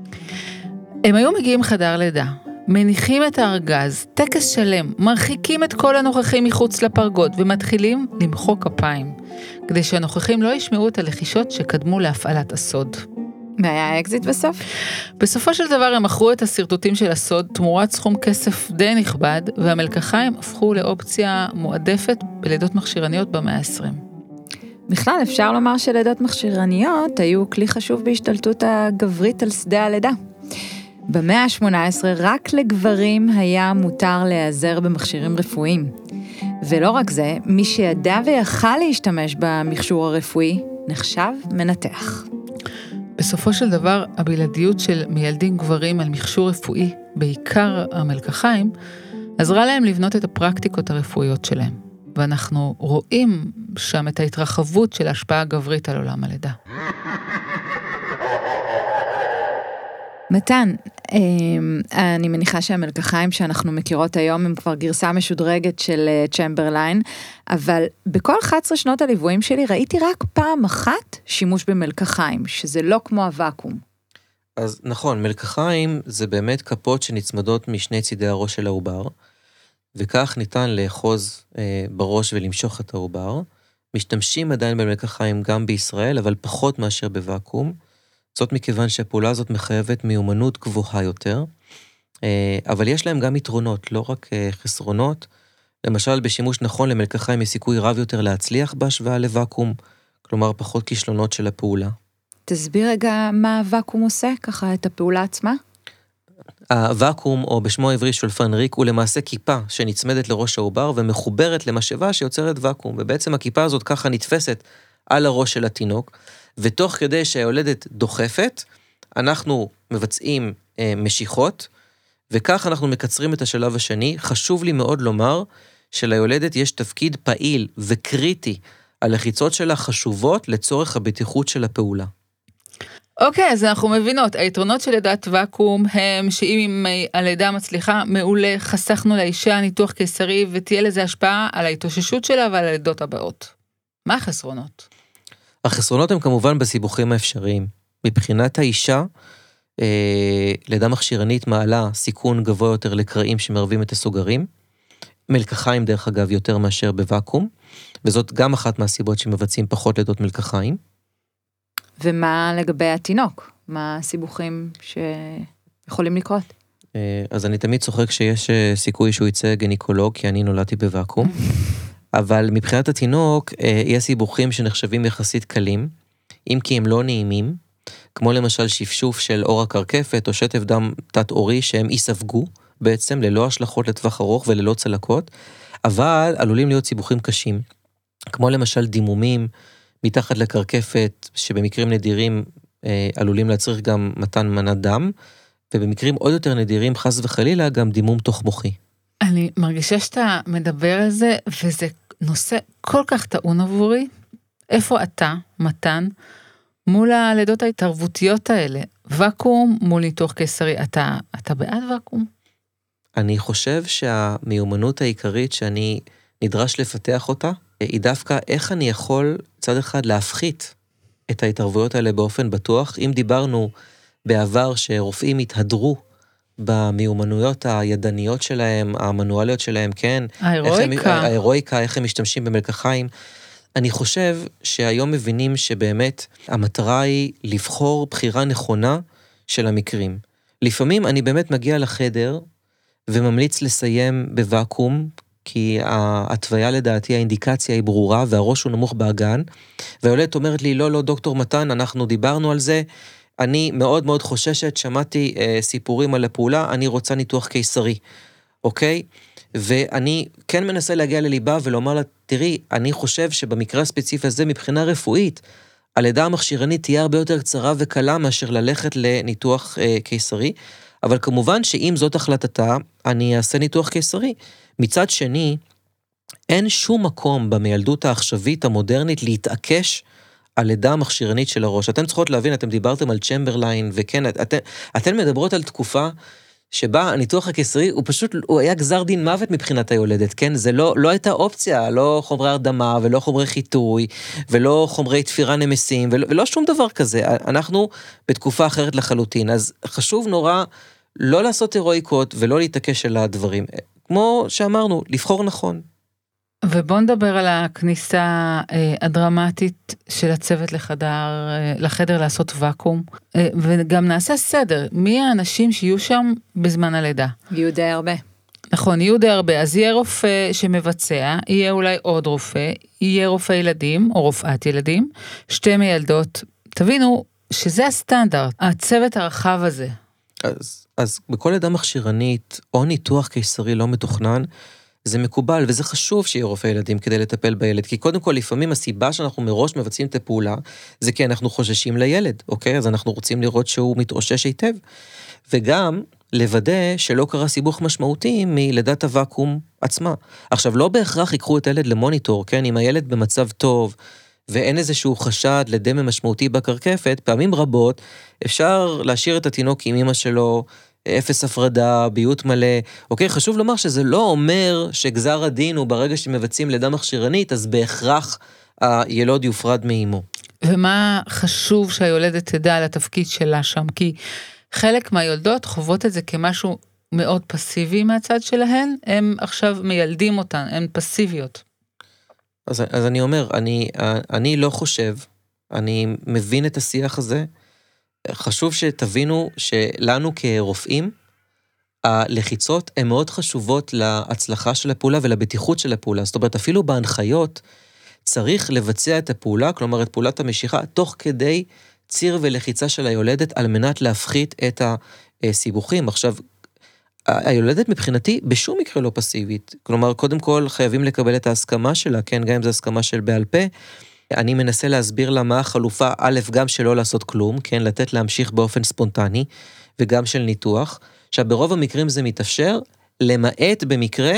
Speaker 1: הם היו מגיעים חדר לידה, מניחים את הארגז, טקס שלם, מרחיקים את כל הנוכחים מחוץ לפרגות ומתחילים למחוא כפיים, כדי שהנוכחים לא ישמעו את הלחישות שקדמו להפעלת הסוד.
Speaker 3: והיה אקזיט בסוף?
Speaker 1: בסופו של דבר הם מכרו את הסרטוטים של הסוד תמורת סכום כסף די נכבד, והמלקחיים הפכו לאופציה מועדפת בלידות מכשירניות במאה ה-עשרים.
Speaker 3: בכלל אפשר לומר שלידות מכשירניות היו כלי חשוב בהשתלטות הגברית על שדה הלידה. במאה ה-שמונה עשרה רק לגברים היה מותר להיעזר במכשירים רפואיים. ולא רק זה, מי שידע ויכל להשתמש במכשור הרפואי נחשב מנתח.
Speaker 1: בסופו של דבר, הבלעדיות של מיילדים גברים על מכשור רפואי, בעיקר המלקחיים, עזרה להם לבנות את הפרקטיקות הרפואיות שלהם. ואנחנו רואים שם את ההתרחבות של ההשפעה הגברית על עולם הלידה.
Speaker 3: מתן, אני מניחה שהמלקחיים שאנחנו מכירות היום הם כבר גרסה משודרגת של צ'מברליין, אבל בכל אחת עשרה שנות הליוויים שלי ראיתי רק פעם אחת שימוש במלקחיים, שזה לא כמו הוואקום.
Speaker 2: אז נכון, מלקחיים זה באמת כפות שנצמדות משני צידי הראש של העובר, וכך ניתן לאחוז אה, בראש ולמשוך את העובר. משתמשים עדיין במלקחיים גם בישראל, אבל פחות מאשר בוואקום. זאת מכיוון שהפעולה הזאת מחייבת מיומנות גבוהה יותר, אבל יש להם גם יתרונות, לא רק חסרונות. למשל, בשימוש נכון למלקחיים יש סיכוי רב יותר להצליח בהשוואה לוואקום, כלומר פחות כישלונות של הפעולה.
Speaker 3: תסביר רגע מה הוואקום עושה, ככה את הפעולה עצמה?
Speaker 2: הוואקום, או בשמו העברי שולפן ריק, הוא למעשה כיפה שנצמדת לראש העובר ומחוברת למשאבה שיוצרת וואקום, ובעצם הכיפה הזאת ככה נתפסת על הראש של התינוק, ותוך כדי שהיולדת דוחפת, אנחנו מבצעים אה, משיכות, וכך אנחנו מקצרים את השלב השני. חשוב לי מאוד לומר שליולדת יש תפקיד פעיל וקריטי, הלחיצות שלה חשובות לצורך הבטיחות של הפעולה.
Speaker 1: אוקיי, אז אנחנו מבינות, היתרונות של לידת ואקום הם שאם הלידה מצליחה מעולה, חסכנו לאישה ניתוח קיסרי, ותהיה לזה השפעה על ההתאוששות שלה ועל הלידות הבאות. מה החסרונות?
Speaker 2: החסרונות הם כמובן בסיבוכים האפשריים. מבחינת האישה, אה, לידה מכשירנית מעלה סיכון גבוה יותר לקרעים שמערבים את הסוגרים, מלקחיים דרך אגב יותר מאשר בוואקום, וזאת גם אחת מהסיבות שמבצעים פחות לידות מלקחיים.
Speaker 3: ומה לגבי התינוק? מה הסיבוכים שיכולים לקרות?
Speaker 2: אז אני תמיד צוחק שיש סיכוי שהוא יצא גניקולוג, כי אני נולדתי בוואקום, אבל מבחינת התינוק, יש סיבוכים שנחשבים יחסית קלים, אם כי הם לא נעימים, כמו למשל שפשוף של אור הקרקפת, או שטף דם תת-אורי, שהם ייספגו בעצם, ללא השלכות לטווח ארוך וללא צלקות, אבל עלולים להיות סיבוכים קשים, כמו למשל דימומים, מתחת לקרקפת, שבמקרים נדירים אה, עלולים להצריך גם מתן מנת דם, ובמקרים עוד יותר נדירים, חס וחלילה, גם דימום תוך מוחי.
Speaker 1: אני מרגישה שאתה מדבר על זה, וזה נושא כל כך טעון עבורי, איפה אתה, מתן, מול הלידות ההתערבותיות האלה, וקום מול ניתוח קיסרי, אתה, אתה בעד וקום?
Speaker 2: אני חושב שהמיומנות העיקרית שאני נדרש לפתח אותה, היא דווקא איך אני יכול צד אחד להפחית את ההתערבויות האלה באופן בטוח. אם דיברנו בעבר שרופאים התהדרו במיומנויות הידניות שלהם, המנואליות שלהם, כן.
Speaker 1: ההירואיקה.
Speaker 2: איך הם, ההירואיקה, איך הם משתמשים במלקחיים. אני חושב שהיום מבינים שבאמת המטרה היא לבחור בחירה נכונה של המקרים. לפעמים אני באמת מגיע לחדר וממליץ לסיים בוואקום, כי ההתוויה לדעתי, האינדיקציה היא ברורה, והראש הוא נמוך באגן, והיולדת אומרת לי, לא, לא, דוקטור מתן, אנחנו דיברנו על זה, אני מאוד מאוד חוששת, שמעתי אה, סיפורים על הפעולה, אני רוצה ניתוח קיסרי, אוקיי? ואני כן מנסה להגיע לליבה ולומר לה, תראי, אני חושב שבמקרה הספציפי הזה, מבחינה רפואית, הלידה המכשירנית תהיה הרבה יותר קצרה וקלה, מאשר ללכת לניתוח אה, קיסרי, אבל כמובן שאם זאת החלטתה, אני אעשה ניתוח קיסרי. מצד שני, אין שום מקום במיילדות העכשווית המודרנית להתעקש על לידה המכשירנית של הראש. אתן צריכות להבין, אתם דיברתם על צ'מברליין, וכן, אתן, אתן מדברות על תקופה שבה הניתוח הקיסרי, הוא פשוט, הוא היה גזר דין מוות מבחינת היולדת, כן? זה לא, לא הייתה אופציה, לא חומרי הרדמה, ולא חומרי חיטוי, ולא חומרי תפירה נמסים, ולא, ולא שום דבר כזה. אנחנו בתקופה אחרת לחלוטין, אז חשוב נורא לא לעשות הירואיקות, ולא להתעקש על הדברים. כמו שאמרנו, לבחור נכון.
Speaker 1: ובוא נדבר על הכניסה אה, הדרמטית של הצוות לחדר, אה, לחדר לעשות וקום, אה, וגם נעשה סדר, מי האנשים שיהיו שם בזמן הלידה?
Speaker 3: יהיו די הרבה.
Speaker 1: נכון, יהיו די הרבה, אז יהיה רופא שמבצע, יהיה אולי עוד רופא, יהיה רופא ילדים או רופאת ילדים, שתי מיילדות, תבינו שזה הסטנדרט, הצוות הרחב הזה.
Speaker 2: אז, אז בכל לידה מכשירנית, או ניתוח קיסרי לא מתוכנן, זה מקובל, וזה חשוב שיהיה רופא ילדים כדי לטפל בילד, כי קודם כל לפעמים הסיבה שאנחנו מראש מבצעים את הפעולה, זה כי אנחנו חוששים לילד, אוקיי? אז אנחנו רוצים לראות שהוא מתאושש היטב, וגם לוודא שלא קרה סיבוך משמעותי מלידת הוואקום עצמה. עכשיו, לא בהכרח יקחו את הילד למוניטור, כן? אם הילד במצב טוב, ואין איזשהו חשד לדמם משמעותי בקרקפת, פעמים רבות אפשר להשאיר את התינוק עם אמא שלו, אפס הפרדה, ביות מלא. אוקיי, חשוב לומר שזה לא אומר שגזר הדין הוא ברגע שמבצעים לידה מכשירנית, אז בהכרח הילוד יופרד מאמו.
Speaker 1: ומה חשוב שהיולדת תדע על התפקיד שלה שם? כי חלק מהיולדות חוות את זה כמשהו מאוד פסיבי מהצד שלהן, הם עכשיו מיילדים אותן, הן פסיביות.
Speaker 2: אז, אז אני אומר, אני, אני לא חושב, אני מבין את השיח הזה, חשוב שתבינו שלנו כרופאים, הלחיצות הן מאוד חשובות להצלחה של הפעולה ולבטיחות של הפעולה. זאת אומרת, אפילו בהנחיות צריך לבצע את הפעולה, כלומר את פעולת המשיכה, תוך כדי ציר ולחיצה של היולדת, על מנת להפחית את הסיבוכים. עכשיו, היולדת מבחינתי בשום מקרה לא פסיבית. כלומר, קודם כל חייבים לקבל את ההסכמה שלה, כן, גם אם זו הסכמה של בעל פה, אני מנסה להסביר לה מה החלופה, א', גם שלא לעשות כלום, כן, לתת להמשיך באופן ספונטני, וגם של ניתוח. עכשיו, ברוב המקרים זה מתאפשר, למעט במקרה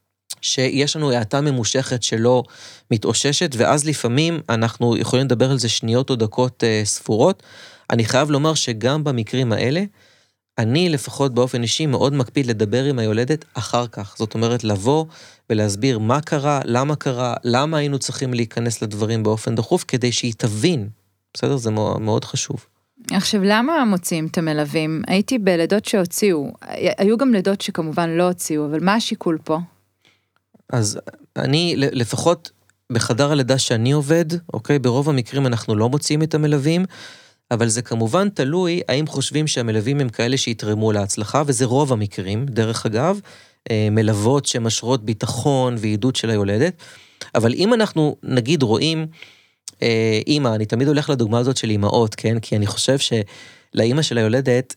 Speaker 2: שיש לנו העתה ממושכת שלא מתאוששת, ואז לפעמים אנחנו יכולים לדבר על זה שניות או דקות אה, ספורות. אני חייב לומר שגם במקרים האלה, אני לפחות באופן אישי מאוד מקפיד לדבר עם היולדת אחר כך. זאת אומרת, לבוא ולהסביר מה קרה, למה קרה, למה היינו צריכים להיכנס לדברים באופן דחוף, כדי שהיא תבין. בסדר? זה מאוד, מאוד חשוב.
Speaker 3: עכשיו, למה מוציאים את המלווים? הייתי בלידות שהוציאו. היו גם לידות שכמובן לא הוציאו, אבל מה השיקול פה?
Speaker 2: אז אני, לפחות בחדר הלידה שאני עובד, אוקיי, ברוב המקרים אנחנו לא מוציאים את המלווים, אבל זה כמובן תלוי האם חושבים שהמלווים הם כאלה שיתרמו להצלחה, וזה רוב המקרים, דרך אגב, מלוות שמשרות ביטחון ועידוד של היולדת, אבל אם אנחנו נגיד רואים, אימא, אני תמיד הולך לדוגמה הזאת של אימהות, כן? כי אני חושב שלאימא של היולדת,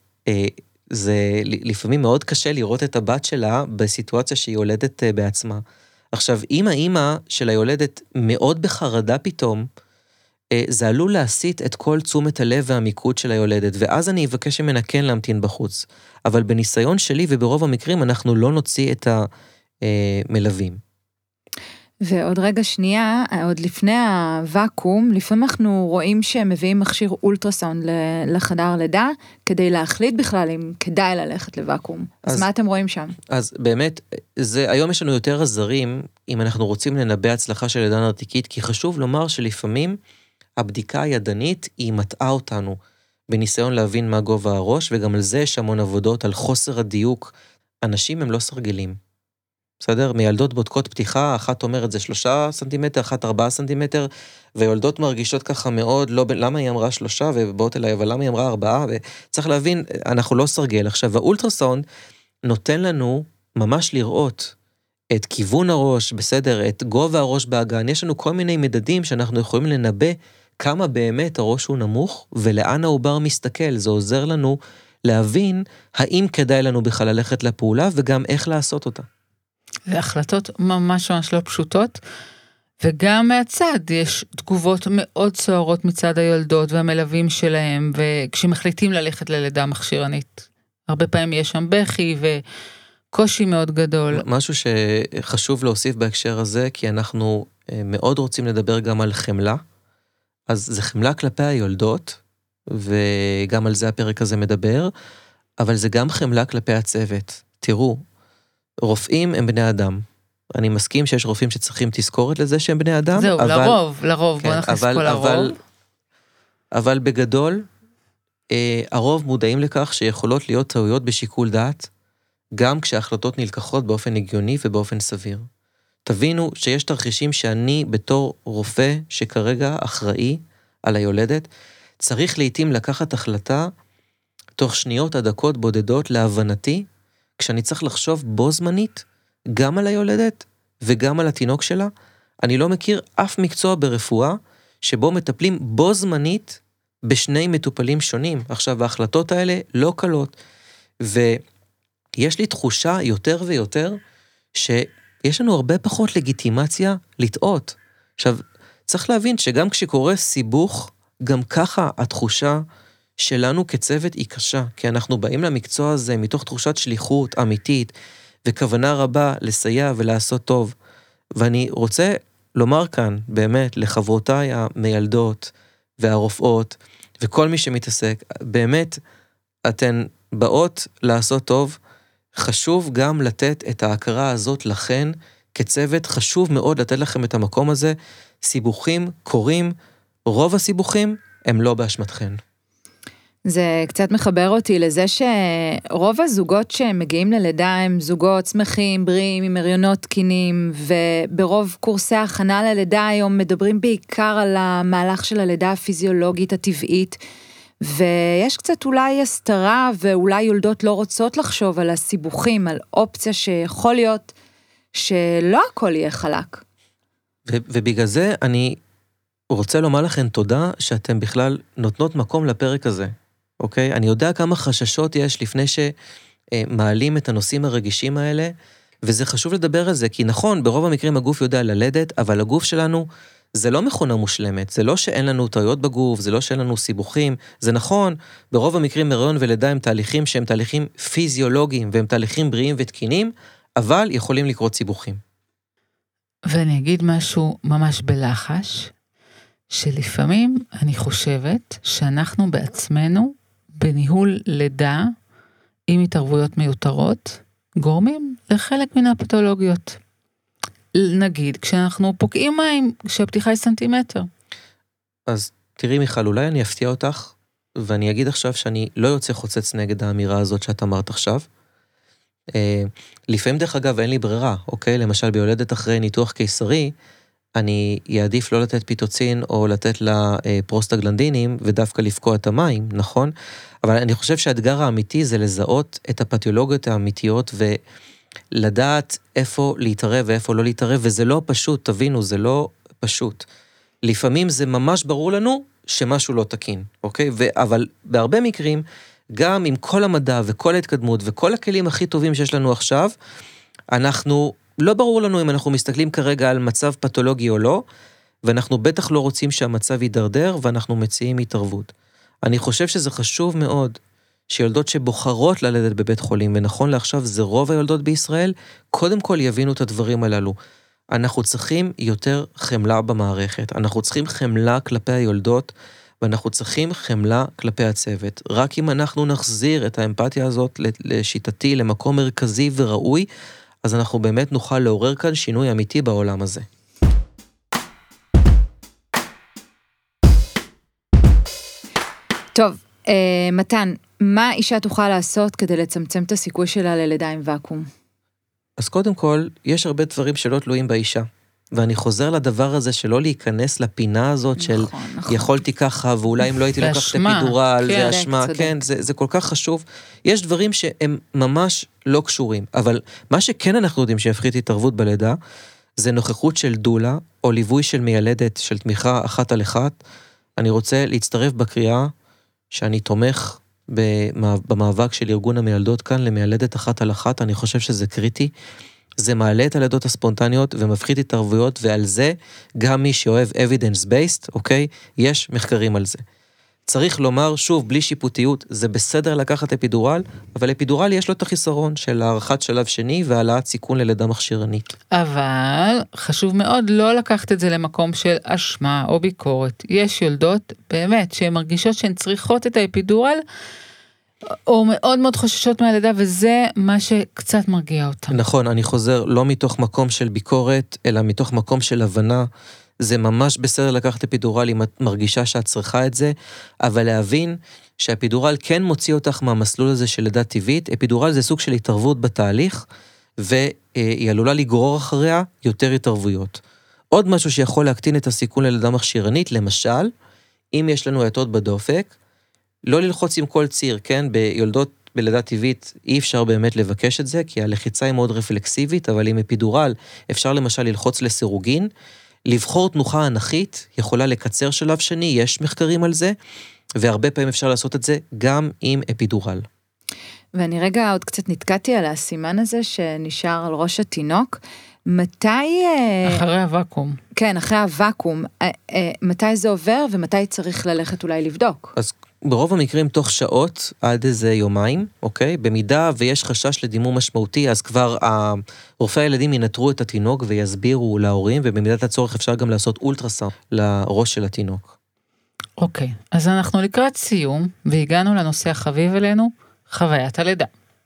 Speaker 2: זה לפעמים מאוד קשה לראות את הבת שלה בסיטואציה שהיא יולדת בעצמה. עכשיו, אם האימא של היולדת מאוד בחרדה פתאום, זה עלול להסיט את כל תשומת הלב והמיקוד של היולדת, ואז אני אבקש ממנה כן להמתין בחוץ. אבל בניסיון שלי וברוב המקרים אנחנו לא נוציא את המלווים.
Speaker 3: ועוד רגע שנייה, עוד לפני הוואקום, לפעמים אנחנו רואים שהם מביאים מכשיר אולטרסאונד לחדר לידה, כדי להחליט בכלל אם כדאי ללכת לוואקום. אז, אז מה אתם רואים שם?
Speaker 2: אז באמת, זה, היום יש לנו יותר עזרים, אם אנחנו רוצים לנבא הצלחה של לידה נרתיקית, כי חשוב לומר שלפעמים הבדיקה הידנית היא מטעה אותנו, בניסיון להבין מה גובה הראש, וגם על זה יש המון עבודות, על חוסר הדיוק. אנשים הם לא סרגלים. בסדר? מיילדות בודקות פתיחה, אחת אומרת זה שלושה סנטימטר, אחת ארבעה סנטימטר, ויולדות מרגישות ככה מאוד, לא, למה היא אמרה שלושה, ובאות אליי, אבל למה היא אמרה ארבעה, וצריך להבין, אנחנו לא סרגל. עכשיו, האולטרסאונד נותן לנו ממש לראות את כיוון הראש, בסדר, את גובה הראש באגן, יש לנו כל מיני מדדים שאנחנו יכולים לנבא כמה באמת הראש הוא נמוך, ולאן העובר מסתכל, זה עוזר לנו להבין האם כדאי לנו בכלל ללכת לפעולה, וגם איך לעשות אותה.
Speaker 1: זה החלטות ממש ממש לא פשוטות, וגם מהצד יש תגובות מאוד סוערות מצד היולדות והמלווים שלהם, וכשמחליטים ללכת ללידה מכשירנית. הרבה פעמים יש שם בכי וקושי מאוד גדול.
Speaker 2: משהו שחשוב להוסיף בהקשר הזה, כי אנחנו מאוד רוצים לדבר גם על חמלה, אז זה חמלה כלפי היולדות, וגם על זה הפרק הזה מדבר, אבל זה גם חמלה כלפי הצוות. תראו, רופאים הם בני אדם. אני מסכים שיש רופאים שצריכים תזכורת לזה שהם בני אדם.
Speaker 1: זהו, אבל, לרוב, לרוב, כן, בוא נכניס
Speaker 2: אבל,
Speaker 1: כל הרוב.
Speaker 2: אבל, אבל בגדול, אה, הרוב מודעים לכך שיכולות להיות טעויות בשיקול דעת, גם כשההחלטות נלקחות באופן הגיוני ובאופן סביר. תבינו שיש תרחישים שאני בתור רופא שכרגע אחראי על היולדת, צריך לעתים לקחת החלטה תוך שניות עד דקות בודדות להבנתי, כשאני צריך לחשוב בו זמנית, גם על היולדת וגם על התינוק שלה, אני לא מכיר אף מקצוע ברפואה, שבו מטפלים בו זמנית בשני מטופלים שונים. עכשיו, ההחלטות האלה לא קלות, ויש לי תחושה יותר ויותר, שיש לנו הרבה פחות לגיטימציה לטעות. עכשיו, צריך להבין שגם כשקורה סיבוך, גם ככה התחושה שלנו כצוות היא קשה, כי אנחנו באים למקצוע הזה מתוך תחושת שליחות אמיתית, וכוונה רבה לסייע ולעשות טוב. ואני רוצה לומר כאן, באמת, לחברותיי המיילדות והרופאות, וכל מי שמתעסק, באמת, אתן באות לעשות טוב, חשוב גם לתת את ההכרה הזאת לכן, כצוות חשוב מאוד לתת לכם את המקום הזה, סיבוכים קורים, רוב הסיבוכים הם לא באשמתכן.
Speaker 3: זה קצת מחבר אותי לזה שרוב הזוגות שמגיעים ללידה הם זוגות שמחים, בריאים, עם הריונות תקינים, וברוב קורסי ההכנה ללידה היום מדברים בעיקר על המהלך של הלידה הפיזיולוגית הטבעית, ויש קצת אולי הסתרה, ואולי יולדות לא רוצות לחשוב על הסיבוכים, על אופציה שיכול להיות שלא הכל יהיה חלק.
Speaker 2: ו- ובגלל זה אני רוצה לומר לכם תודה שאתם בכלל נותנות מקום לפרק הזה. אוקיי? אני יודע כמה חששות יש לפני שמעלים את הנושאים הרגישים האלה, וזה חשוב לדבר על זה, כי נכון, ברוב המקרים הגוף יודע ללדת, אבל הגוף שלנו זה לא מכונה מושלמת, זה לא שאין לנו טעויות בגוף, זה לא שאין לנו סיבוכים, זה נכון, ברוב המקרים הריון ולידה הם תהליכים שהם תהליכים פיזיולוגיים, והם תהליכים בריאים ותקינים, אבל יכולים לקרות סיבוכים.
Speaker 1: ואני אגיד משהו ממש בלחש, שלפעמים אני חושבת שאנחנו בעצמנו, בניהול לידה, עם התערבויות מיותרות, גורמים לחלק מן הפתולוגיות. נגיד, כשאנחנו פוקעים מים, כשהפתיחה היא סנטימטר.
Speaker 2: אז תראי מיכל, אולי אני אפתיע אותך, ואני אגיד עכשיו שאני לא יוצא חוצץ נגד האמירה הזאת שאת אמרת עכשיו. לפעמים דרך אגב אין לי ברירה, אוקיי? למשל ביולדת אחרי ניתוח קיסרי, אני יעדיף לא לתת פיטוצין או לתת לה פרוסטגלנדינים ודווקא לפקוע את המים, נכון? אבל אני חושב שהאתגר האמיתי זה לזהות את הפתולוגיות האמיתיות ולדעת איפה להתערב ואיפה לא להתערב, וזה לא פשוט, תבינו, זה לא פשוט. לפעמים זה ממש ברור לנו שמשהו לא תקין, אוקיי? ו- אבל בהרבה מקרים, גם עם כל המדע וכל ההתקדמות וכל הכלים הכי טובים שיש לנו עכשיו, אנחנו לא ברור לנו אם אנחנו מסתכלים כרגע על מצב פתולוגי או לא, ואנחנו בטח לא רוצים שהמצב יידרדר, ואנחנו מציעים התערבות. אני חושב שזה חשוב מאוד, שילדות שבוחרות ללדת בבית חולים, ונכון לעכשיו זה רוב היולדות בישראל, קודם כל יבינו את הדברים הללו. אנחנו צריכים יותר חמלה במערכת, אנחנו צריכים חמלה כלפי היולדות, ואנחנו צריכים חמלה כלפי הצוות. רק אם אנחנו נחזיר את האמפתיה הזאת לשיטתי, למקום מרכזי וראוי, אז אנחנו באמת נוכל לעורר כאן שינוי אמיתי בעולם הזה.
Speaker 3: טוב, אה, מתן, מה אישה תוכל לעשות כדי לצמצם את הסיכוי שלה ללידה עם וקום?
Speaker 2: אז קודם כל, יש הרבה דברים שלא תלויים באישה. ואני חוזר לדבר הזה שלא להיכנס לפינה הזאת נכון, של נכון. יכולתי ככה, ואולי אם לא הייתי לוקח את הפידורל, כן, זה אשמה, כן, זה, זה כל כך חשוב. יש דברים שהם ממש לא קשורים, אבל מה שכן אנחנו יודעים שיפחית התערבות בלידה, זה נוכחות של דולה, או ליווי של מיילדת, של תמיכה אחת על אחת. אני רוצה להצטרף בקריאה שאני תומך במאבק של ארגון המיילדות כאן, למיילדת אחת על אחת, אני חושב שזה קריטי. זה מעלה את הלידות הספונטניות ומפחית התערבויות, ועל זה גם מי שאוהב evidence-based, אוקיי? יש מחקרים על זה. צריך לומר, שוב, בלי שיפוטיות, זה בסדר לקחת אפידורל, אבל אפידורל יש לו את החיסרון של הערכת שלב שני והעלאת סיכון ללידה מכשירנית.
Speaker 1: אבל חשוב מאוד לא לקחת את זה למקום של אשמה או ביקורת. יש יולדות, באמת, שהן מרגישות שהן צריכות את האפידורל, או מאוד מאוד חוששות מהלידה, וזה מה שקצת מרגיע אותם.
Speaker 2: נכון, אני חוזר לא מתוך מקום של ביקורת, אלא מתוך מקום של הבנה. זה ממש בסדר לקחת אפידורל אם את מרגישה שאת צריכה את זה, אבל להבין שהאפידורל כן מוציא אותך מהמסלול הזה של לידה טבעית. אפידורל זה סוג של התערבות בתהליך, והיא עלולה לגרור אחריה יותר התערבויות. עוד משהו שיכול להקטין את הסיכון ללידה מכשירנית, למשל, אם יש לנו האטות בדופק, לא ללחוץ עם כל ציר, כן? ביולדות בלידה טבעית אי אפשר באמת לבקש את זה, כי הלחיצה היא מאוד רפלקסיבית, אבל עם אפידורל אפשר למשל ללחוץ לסירוגין, לבחור תנוחה אנכית, יכולה לקצר שלב שני, יש מחקרים על זה, והרבה פעמים אפשר לעשות את זה גם עם אפידורל.
Speaker 3: ואני רגע עוד קצת נתקעתי על הסימן הזה שנשאר על ראש התינוק, מתי...
Speaker 1: אחרי הוואקום.
Speaker 3: כן, אחרי הוואקום, מתי זה עובר ומתי צריך ללכת אולי לבדוק?
Speaker 2: אז ברוב המקרים תוך שעות עד איזה יומיים, אוקיי? במידה ויש חשש לדימום משמעותי, אז כבר רופאי הילדים ינטרו את התינוק ויסבירו להורים, ובמידת הצורך אפשר גם לעשות אולטרסאונד לראש של התינוק.
Speaker 1: אוקיי, אז אנחנו לקראת סיום, והגענו לנושא החביב אלינו, חוויית הלידה.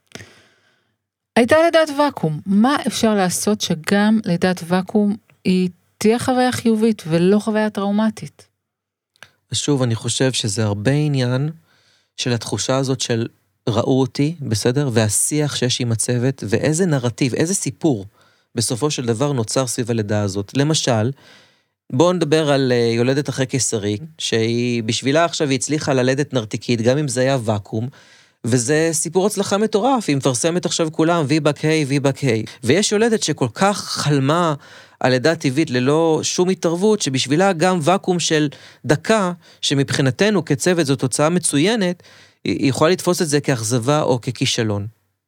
Speaker 1: הייתה לידת וקום, מה אפשר לעשות שגם לידת וקום היא תהיה חוויה חיובית ולא חוויה טראומטית?
Speaker 2: שוב, אני חושב שזה הרבה עניין של התחושה הזאת של ראו אותי, בסדר? והשיח שיש עם הצוות, ואיזה נרטיב, איזה סיפור בסופו של דבר נוצר סביב הלידה הזאת. למשל, בואו נדבר על יולדת אחרי קיסרי, שהיא בשבילה עכשיו היא הצליחה ללדת נרתיקית, גם אם זה היה וקום, וזה סיפור הצלחה מטורף, היא מפרסמת עכשיו כולם, וי בק היי, וי בק היי. ויש יולדת שכל כך חלמה על לידה טבעית ללא שום התערבות, שבשבילה גם וקום של דקה, שמבחינתנו כצוות זו תוצאה מצוינת, היא יכולה לתפוס את זה כאכזבה או ככישלון.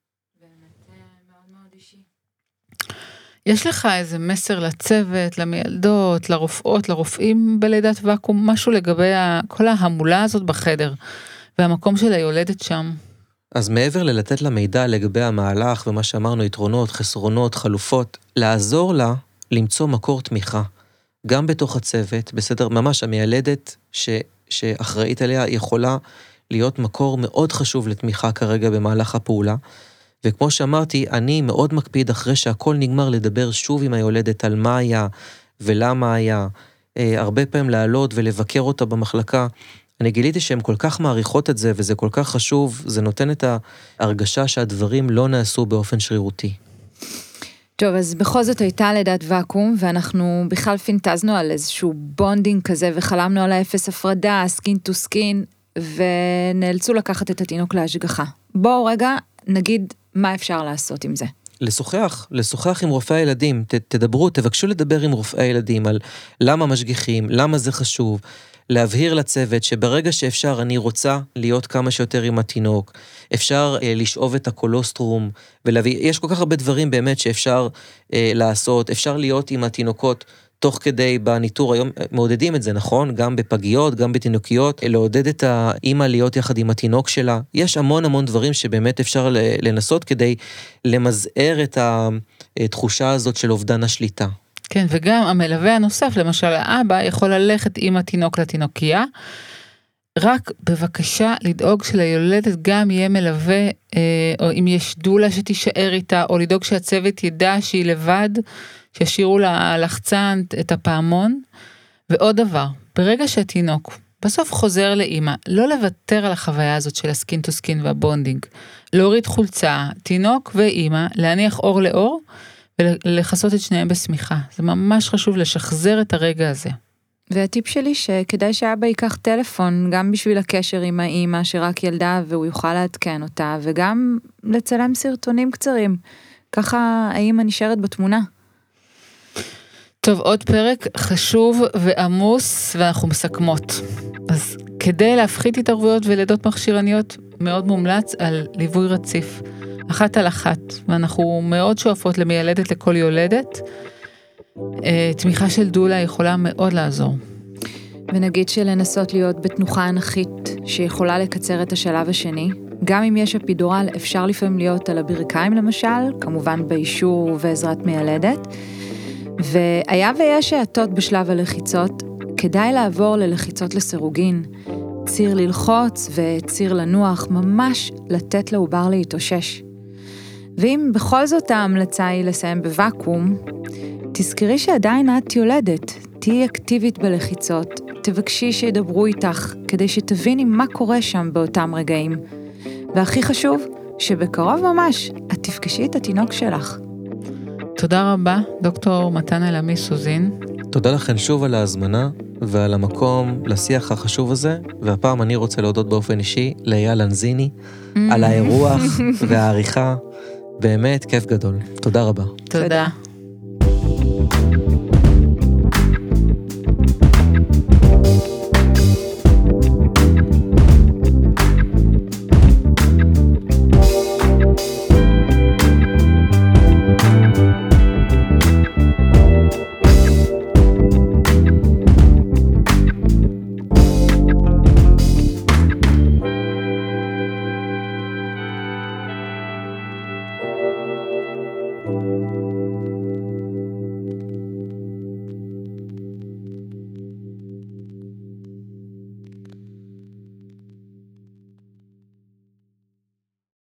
Speaker 1: יש לך איזה מסר לצוות, למיילדות, לרופאות, לרופאים בלידת וקום, משהו לגבי כל ההמולה הזאת בחדר, והמקום של היולדת שם?
Speaker 2: אז מעבר ללתת לה מידע לגבי המהלך, ומה שאמרנו, יתרונות, חסרונות, חלופות, לעזור לה למצוא מקור תמיכה, גם בתוך הצוות, בסדר, ממש המיילדת ש, שאחראית עליה יכולה להיות מקור מאוד חשוב לתמיכה כרגע במהלך הפעולה, וכמו שאמרתי, אני מאוד מקפיד אחרי שהכל נגמר לדבר שוב עם היולדת על מה היה ולמה היה, אה, הרבה פעמים לעלות ולבקר אותה במחלקה. אני גיליתי שהן כל כך מעריכות את זה, וזה כל כך חשוב, זה נותן את ההרגשה שהדברים לא נעשו באופן שרירותי.
Speaker 3: טוב, אז בכל זאת הייתה לידת וקום, ואנחנו בכלל פינטזנו על איזשהו בונדינג כזה, וחלמנו על האפס הפרדה, סקין טו סקין, ונאלצו לקחת את התינוק להשגחה. בואו רגע נגיד מה אפשר לעשות עם זה.
Speaker 2: לשוחח, לשוחח עם רופאי הילדים, ת, תדברו, תבקשו לדבר עם רופאי הילדים על למה משגיחים, למה זה חשוב, להבהיר לצוות שברגע שאפשר אני רוצה להיות כמה שיותר עם התינוק, אפשר אה, לשאוב את הקולוסטרום, ולהביא, יש כל כך הרבה דברים באמת שאפשר אה, לעשות, אפשר להיות עם התינוקות תוך כדי בניטור, היום מעודדים את זה, נכון? גם בפגיות, גם בתינוקיות, לעודד את האמא להיות יחד עם התינוק שלה. יש המון המון דברים שבאמת אפשר לנסות כדי למזער את התחושה הזאת של אובדן השליטה.
Speaker 1: כן, וגם המלווה הנוסף, למשל האבא, יכול ללכת עם התינוק לתינוקייה, רק בבקשה לדאוג שליולדת גם יהיה מלווה, או אם יש דולה שתישאר איתה, או לדאוג שהצוות ידע שהיא לבד, שישאירו לה לחצן את הפעמון. ועוד דבר, ברגע שהתינוק בסוף חוזר לאמא, לא לוותר על החוויה הזאת של הסקין טו סקין והבונדינג, להוריד חולצה, תינוק ואמא, להניח אור לאור, ולחסות את שניהם בשמיכה. זה ממש חשוב לשחזר את הרגע הזה.
Speaker 3: והטיפ שלי שכדאי שאבא ייקח טלפון, גם בשביל הקשר עם האמא שרק ילדה, והוא יוכל לעדכן אותה, וגם לצלם סרטונים קצרים. ככה האמא נשארת בתמונה.
Speaker 1: טוב, עוד פרק חשוב ועמוס, ואנחנו מסכמות. אז כדי להפחית התערבויות ולידות מכשירניות, מאוד מומלץ על ליווי רציף. אחת על אחת, ואנחנו מאוד שואפות למיילדת לכל יולדת. תמיכה של דולה יכולה מאוד לעזור.
Speaker 3: ונגיד שלנסות להיות בתנוחה אנכית שיכולה לקצר את השלב השני, גם אם יש אפידורל אפשר לפעמים להיות על הברכיים למשל, כמובן באישור ובעזרת מיילדת, והיה ויש העתות בשלב הלחיצות, כדאי לעבור ללחיצות לסירוגין, ציר ללחוץ וציר לנוח, ממש לתת לעובר להתאושש. ואם בכל זאת ההמלצה היא לסיים בוואקום, תזכרי שעדיין את יולדת, תהיי אקטיבית בלחיצות, תבקשי שידברו איתך, כדי שתביני מה קורה שם באותם רגעים. והכי חשוב, שבקרוב ממש את תפגשי את התינוק שלך.
Speaker 1: תודה רבה, דוקטור מתן אלעמי סוזין.
Speaker 2: תודה לכן שוב על ההזמנה ועל המקום לשיח החשוב הזה, והפעם אני רוצה להודות באופן אישי לאייל אנזיני, על האירוח והעריכה, באמת כיף גדול. תודה רבה.
Speaker 1: תודה.